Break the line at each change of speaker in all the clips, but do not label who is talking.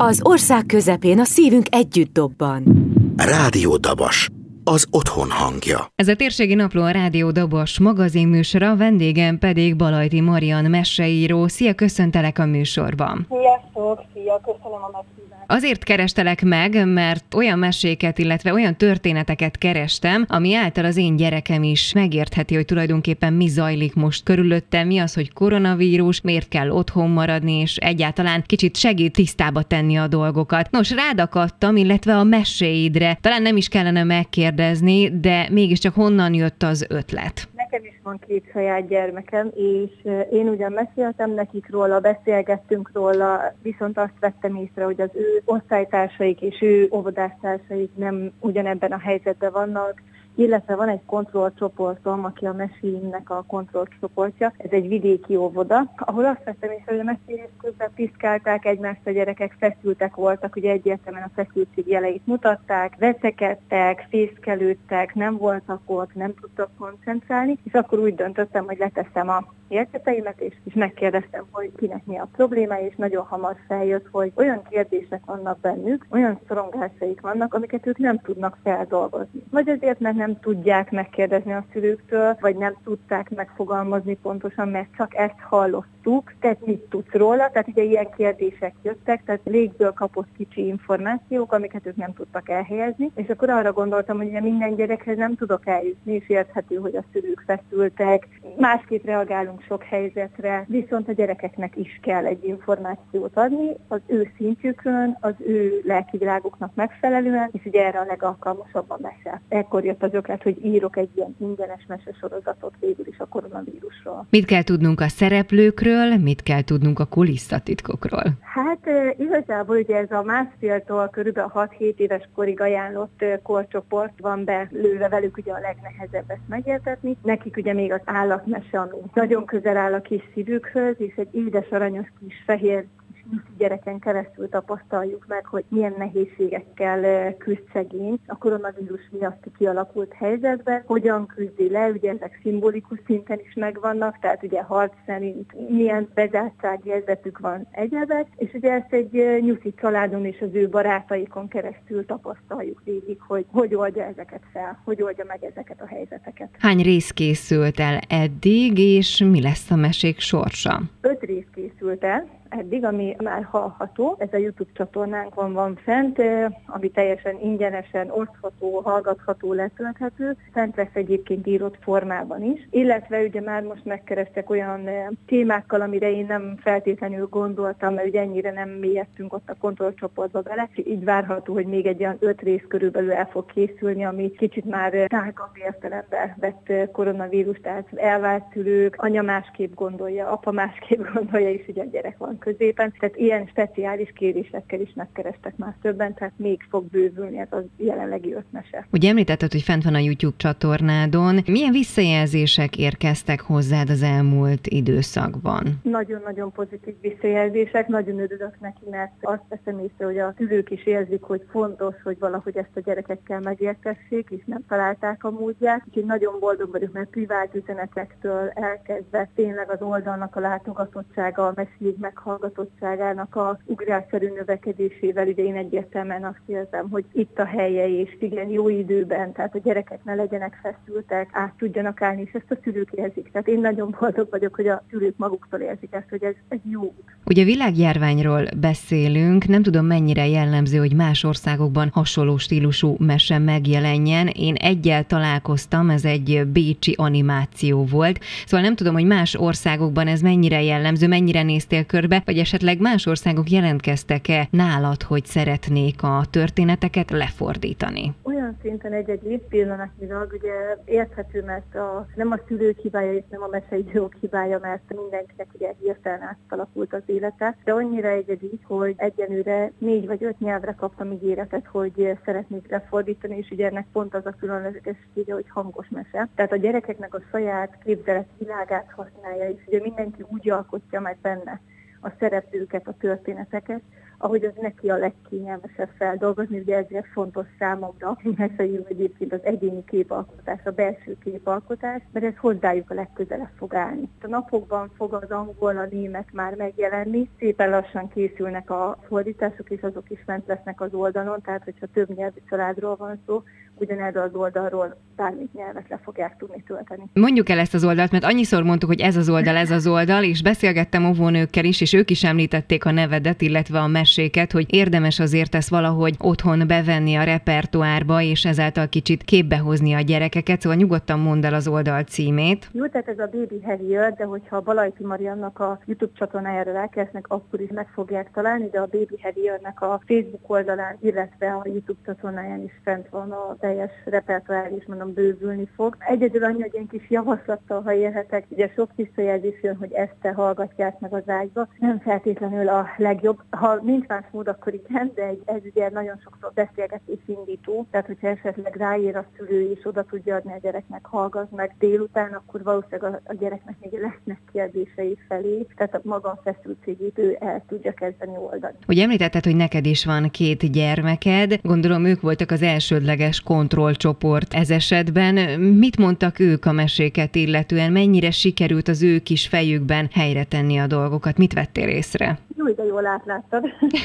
Az ország közepén a szívünk együtt dobban.
Rádió Dabas, az otthon hangja.
Ez a Térségi Napló, a Rádió Dabas magazinműsora, vendégem pedig Balajdi Marian meseíró. Szia, köszöntelek a műsorban.
Sziasztok, szia, köszönöm a meghívást.
Azért kerestelek meg, mert olyan meséket, illetve olyan történeteket kerestem, ami által az én gyerekem is megértheti, hogy tulajdonképpen mi zajlik most körülöttem, mi az, hogy koronavírus, miért kell otthon maradni, és egyáltalán kicsit segít tisztába tenni a dolgokat. Nos, rád akadtam, illetve a meséidre. Talán nem is kellene megkérdezni, de mégiscsak honnan jött az ötlet?
Nekem is van 2 saját gyermekem, és én ugyan meséltem nekik róla, beszélgettünk róla, viszont azt vettem észre, hogy az ő osztálytársaik és ő óvodástársaik nem ugyanebben a helyzetben vannak, illetve van egy kontrollcsoportom, aki a meséimnek a kontrollcsoportja. Ez egy vidéki óvoda, ahol azt vettem észre, hogy a mesélés közben piszkálták egymást a gyerekek, feszültek voltak, ugye egyértelműen a feszültség jeleit mutatták, veszekedtek, fészkelődtek, nem voltak ott, nem tudtak koncentrálni, és akkor úgy döntöttem, hogy leteszem a jegyzeteimet, és megkérdeztem, hogy kinek mi a probléma, és nagyon hamar feljött, hogy olyan kérdések vannak bennük, olyan szorongásaik vannak, amiket ők nem tudnak feldolgozni. Vagy azért, mert nem tudják megkérdezni a szülőktől, vagy nem tudták megfogalmazni pontosan, mert csak ezt hallottuk, tehát mit tudsz róla, tehát ugye ilyen kérdések jöttek, tehát légből kapott kicsi információk, amiket ők nem tudtak elhelyezni, és akkor arra gondoltam, hogy ugye minden gyerekhez nem tudok eljutni, és érthető, hogy a szülők feszültek, másképp reagálunk sok helyzetre, viszont a gyerekeknek is kell egy információt adni az ő szintjükön, az ő lelkiviláguknak megfelelően, és ugye erre a legalkalmasabb a mese. Ekkor jött az ötlet, hogy írok egy ilyen ingyenes mesesorozatot végül is a koronavírusról.
Mit kell tudnunk a szereplőkről, mit kell tudnunk a kulisszatitkokról?
Hát igazából ugye ez a 1,5-től körülbelül 6-7 éves korig ajánlott korcsoport van belőle, velük ugye a legnehezebb ezt megértetni. Nekik ugye még az állatmese, ami nagyon közel áll a kis szívükhöz, és egy édes aranyos kis fehér gyereken keresztül tapasztaljuk meg, hogy milyen nehézségekkel küzd szegény a koronavírus miatt kialakult helyzetben, hogyan küzdi le, ugye ezek szimbolikus szinten is megvannak, tehát ugye harc szerint milyen bezártsági helyzetük van egyebek, és ugye ezt egy nyuszi családon és az ő barátaikon keresztül tapasztaljuk végig, hogy oldja ezeket fel, hogy oldja meg ezeket a helyzeteket.
Hány rész készült el eddig, és mi lesz a mesék sorsa?
5 rész készült el eddig, ami már hallható. Ez a YouTube csatornánkon van fent, ami teljesen ingyenesen osztható, hallgatható, letölthető. Fent lesz egyébként írott formában is. Illetve ugye már most megkerestek olyan témákkal, amire én nem feltétlenül gondoltam, mert ugye ennyire nem mélyedtünk ott a kontrollcsoportba bele. Így várható, hogy még egy olyan 5 rész körülbelül el fog készülni, ami kicsit már tágabb értelemben vett koronavírus, tehát elvált szülők, anya másképp gondolja, apa másképp gondolja, és ugye a gyerek van középen. Tehát ilyen speciális kérésekkel is megkerestek már többen, tehát még fog bővülni ez a jelenlegi 5 mese.
Ugye említetted, hogy fent van a YouTube csatornádon. Milyen visszajelzések érkeztek hozzád az elmúlt időszakban?
Nagyon-nagyon pozitív visszajelzések, nagyon örülök neki, mert azt veszem észre, hogy a szülők is érzik, hogy fontos, hogy valahogy ezt a gyerekekkel megértessék, és nem találták a módját. Úgyhogy nagyon boldog vagyok, mert privát üzenetektől elkezdve tényleg az oldalnak a látogatottsága, a mesék meghallgatottságának a ugrásszerű növekedésével, ugye én egyértelműen azt érzem, hogy itt a helye, és igen, jó időben, tehát a gyerekek ne legyenek feszültek, át tudjanak állni, és ezt a szülők érzik. Tehát én nagyon boldog vagyok, hogy a szülők maguktól érzik ezt, hogy ez jó út.
Ugye világjárványról beszélünk, nem tudom mennyire jellemző, hogy más országokban hasonló stílusú mese megjelenjen. Én egyel találkoztam, ez egy bécsi animáció volt, szóval nem tudom, hogy más országokban ez mennyire jellemző, mennyire néztél körbe, vagy esetleg más országok jelentkeztek-e nálad, hogy szeretnék a történeteket lefordítani?
Olyan szinten egy pillanatnyilag, ugye érthető, mert nem a szülők hibája és nem a meseidők hibája, mert mindenkinek ugye hirtelen átalakult az élete, de annyira egyedi, hogy egyenlőre 4 vagy 5 nyelvre kaptam ígéretet, hogy szeretnék lefordítani, és ugye ennek pont az a különlegessége, hogy hangos mese. Tehát a gyerekeknek a saját képzeletvilágát használja, és ugye mindenki úgy alkotja meg benne a szereplőket, a történeteket, ahogy az neki a legkényelmesebb feldolgozni, ugye ezért fontos számomra, meséljük egyébként az egyéni képalkotás, a belső képalkotás, mert ez hozzájuk a legközelebb fog állni. A napokban fog az angol, a német már megjelenni, szépen lassan készülnek a fordítások, és azok is fent lesznek az oldalon, tehát hogyha több nyelvű családról van szó, ugyanerről az oldalról bármit nyelvet le fogják tudni tölteni.
Mondjuk el ezt az oldalt, mert annyiszor mondtuk, hogy ez az oldal, és beszélgettem óvónőkkel is, és ők is említették a nevedet, illetve a meséket, hogy érdemes azért ezt valahogy otthon bevenni a repertoárba, és ezáltal kicsit képbe hozni a gyerekeket, szóval nyugodtan mondd el az oldal címét.
Jó, tehát ez a Baby Harrier, de hogyha a Balajti Mariannak a YouTube csatornájára rákeresnek, akkor is meg fogják találni, de a Baby Harriernek a Facebook oldalán, illetve a YouTube csatornáján is fent van a teljes repertoár, és mondom, bővülni fog. Egyedül annyi, hogy én kis javaslattal, ha érhetek, ugye sok visszajelzés jön, hogy ezt hallgatják meg az ágyba. Nem feltétlenül a legjobb. Ha nincs más mód, akkor igen, de ez ugye nagyon sokszor beszélgetés indító, tehát hogyha esetleg ráér a szülő és oda tudja adni a gyereknek, hallgass meg délután, akkor valószínűleg a gyereknek még lesznek kérdései felé, tehát a maga a feszültségét ő el tudja kezdeni oldani.
Ugye említetted, hogy neked is van 2 gyermeked, gondolom ők voltak az elsődleges kontrollcsoport ez esetben. Mit mondtak ők a meséket illetően? Mennyire sikerült az ő kis fejükben helyre tenni a dolgokat? Mit vettél észre?
Jó, de jól átláttad.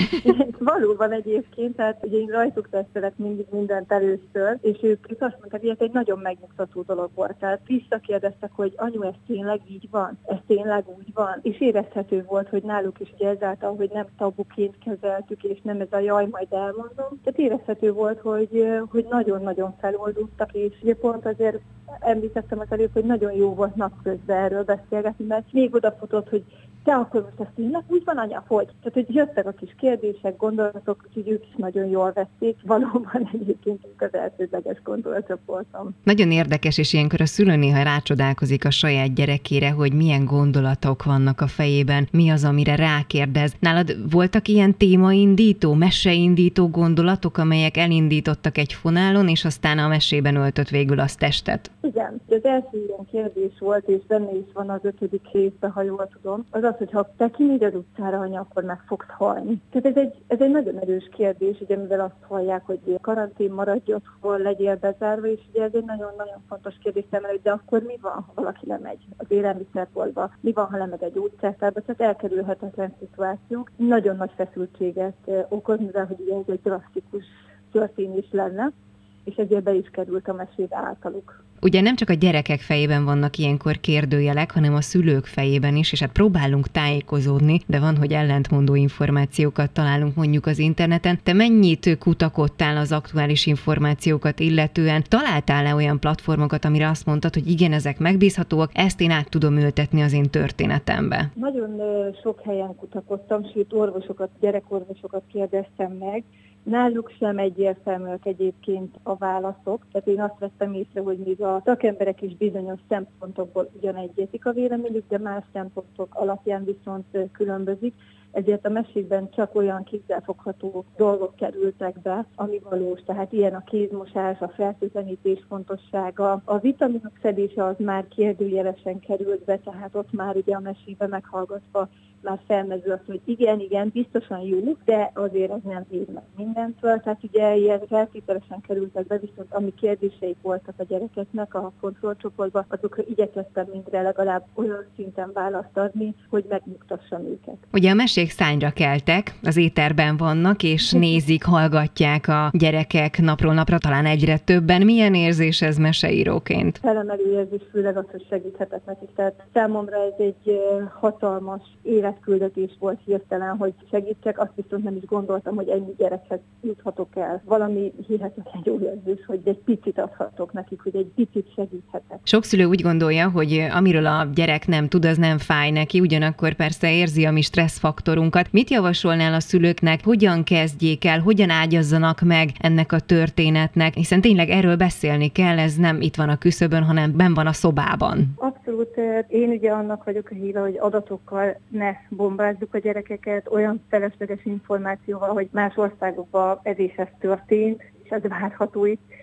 Valóban egyébként, tehát ugye én rajtuk tesztelek mindig mindent először, és ők azt mondták, hogy ez egy nagyon megnyugtató dolog volt. Tehát visszakérdeztek, hogy anyu, ez tényleg így van? Ez tényleg úgy van? És érezhető volt, hogy náluk is ugye ezáltal, hogy nem tabuként kezeltük, és nem ez a jaj, majd elmondom. Tehát érezhető volt, hogy nagyon-nagyon feloldultak, és ugye pont azért említettem az előbb, hogy nagyon jó volt napközben erről beszélgetni, mert még odafutott, hogy te akkor most ezt tényleg úgy van, anya, hogy? Tehát, hogy jöttek a kis kérdések, gondolatok, úgyhogy ők is nagyon jól vették. Valóban egyébként ők az elsődleges gondolatcsoportom.
Nagyon érdekes, és ilyenkor a szülő néha rácsodálkozik a saját gyerekére, hogy milyen gondolatok vannak a fejében, mi az, amire rákérdez. Nálad voltak ilyen témaindító, meseindító gondolatok, amelyek elindítottak egy fonálon, és aztán a mesében öltött végül az testet?
Igen, az első ilyen kérdés volt, és benne is van az 5. részben, ha jól tudom, az, hogy ha te kimegy az utcára, anya, akkor meg fogsz halni. Tehát ez egy nagyon erős kérdés, ugye, mivel azt hallják, hogy karantén, maradj otthon, legyél bezárva, és ugye ez egy nagyon-nagyon fontos kérdés számára, de akkor mi van, ha valaki lemegy az élelmiszerboltba, mi van, ha lemegy egy gyógyszertárba, tehát elkerülhetetlen szituációk. Nagyon nagy feszültséget okoz, mivel hogy ugye ez egy drasztikus történés lenne, és ezért be is került a mesébe általuk.
Ugye nem csak a gyerekek fejében vannak ilyenkor kérdőjelek, hanem a szülők fejében is, és hát próbálunk tájékozódni, de van, hogy ellentmondó információkat találunk mondjuk az interneten. Te mennyit kutakodtál az aktuális információkat illetően? Találtál-e olyan platformokat, amire azt mondtad, hogy igen, ezek megbízhatóak, ezt én át tudom ültetni az én történetembe?
Nagyon sok helyen kutakodtam, sőt gyerekorvosokat kérdeztem meg. Náluk sem egyértelműek egyébként a válaszok, tehát én azt vettem észre, hogy még a szakemberek is bizonyos szempontokból ugyanegyezik a véleményük, de más szempontok alapján viszont különbözik. Ezért a mesékben csak olyan kézzelfogható dolgok kerültek be, ami valós. Tehát ilyen a kézmosás, a fertőtlenítés fontossága. A vitaminok szedése az már kérdőjelesen került be, tehát ott már ugye a mesébe meghallgatva már felmerül az, hogy igen, biztosan jó, de azért ez nem véd meg mindentől. Tehát ugye ilyen feltételesen kerültek be, viszont ami kérdéseik voltak a gyerekeknek a kontrollcsoportban, azokra igyekeztem mindre legalább olyan szinten választ adni, hogy megnyugtassam őket.
Ugye a mesék szányra keltek, az éterben vannak, és nézik, hallgatják a gyerekek napról napra, talán egyre többen. Milyen érzés ez meseíróként?
Felemelő érzés, főleg az, hogy segíthetek nekik. Tehát számomra ez egy hatalmas életküldetés volt hirtelen, hogy segítsek, azt viszont nem is gondoltam, hogy ennyi gyerekhez juthatok el. Valami hihetetlen jó érzés, hogy egy picit adhatok nekik, hogy egy picit segíthetek.
Sok szülő úgy gondolja, hogy amiről a gyerek nem tud, az nem fáj neki, ugyanakkor persze érzi a mi stresszfaktorunkat. Mit javasolnál a szülőknek, hogyan kezdjék el, hogyan ágyazzanak meg ennek a történetnek, hiszen tényleg erről beszélni kell, ez nem itt van a küszöbön, hanem benn van a szobában.
Abszolút. Én ugye annak vagyok a híve, hogy adatokkal ne bombázzuk a gyerekeket, olyan felesleges információval, hogy más országokban ez is ez történt, és ez várható itt.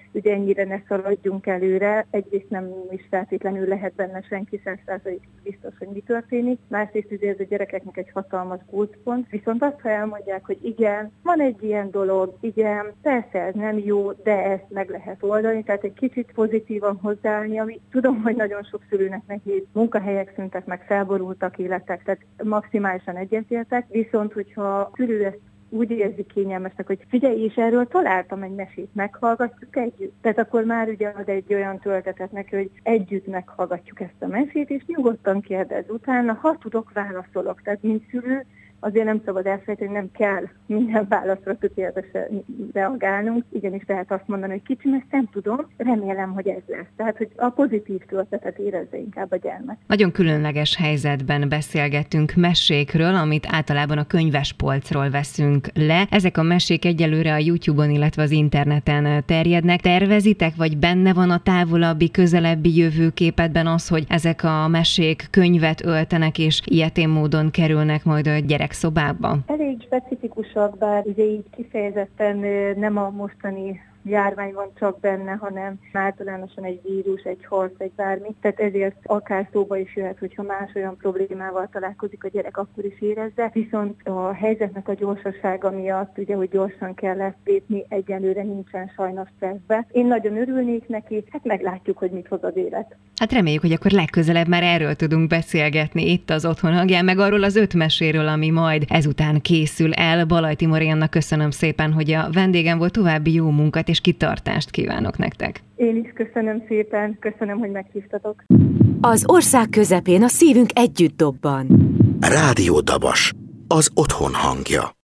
ugye ennyire ne szaladjunk előre. Egyrészt nem is feltétlenül lehet benne senki 100% biztos, hogy mi történik. Másrészt ugye ez a gyerekeknek egy hatalmas kulcspont. Viszont azt, ha elmondják, hogy igen, van egy ilyen dolog, igen, persze ez nem jó, de ezt meg lehet oldani, tehát egy kicsit pozitívan hozzáállni, ami tudom, hogy nagyon sok szülőnek nehéz, munkahelyek szüntek meg, felborultak életek, tehát maximálisan egyetértek, viszont hogyha a szülő ezt úgy érzi kényelmesnek, hogy figyelj, és erről találtam egy mesét, meghallgatjuk együtt. Tehát akkor már ugye ad egy olyan töltetet neki, hogy együtt meghallgatjuk ezt a mesét, és nyugodtan kérdez utána, ha tudok, válaszolok. Tehát mint szülő azért nem szabad elfelejteni, nem kell minden válaszra tökéletesen reagálnunk. Igenis lehet azt mondani, hogy kicsim, ezt nem tudom, remélem, hogy ez lesz. Tehát, hogy a pozitív töltetet érezze inkább a gyermek.
Nagyon különleges helyzetben beszélgettünk mesékről, amit általában a könyvespolcról veszünk le. Ezek a mesék egyelőre a YouTube-on, illetve az interneten terjednek. Tervezitek, vagy benne van a távolabbi, közelebbi jövőképedben az, hogy ezek a mesék könyvet öltenek, és ilyetén módon kerülnek majd a gyerekszobába?
Elég specifikusak, bár ugye így kifejezetten nem a mostani járvány van csak benne, hanem általánosan egy vírus, egy harc, egy bármi. Tehát ezért akár szóba is jöhet, hogyha más olyan problémával találkozik a gyerek, akkor is érezze. Viszont a helyzetnek a gyorsasága miatt, ugye, hogy gyorsan kell ezt lépni, egyelőre nincsen sajnos stresszbe. Én nagyon örülnék neki, hát meglátjuk, hogy mit hoz az élet.
Hát reméljük, hogy akkor legközelebb már erről tudunk beszélgetni itt az Otthon hangján, meg arról az 5 meséről, ami majd ezután készül el. Balajti Mariannak köszönöm szépen, hogy a vendégem volt, további jó munkát és kitartást kívánok nektek.
Én is köszönöm szépen, köszönöm, hogy meghívtatok.
Az ország közepén a szívünk együtt dobban.
Rádió Dabas, az otthon hangja.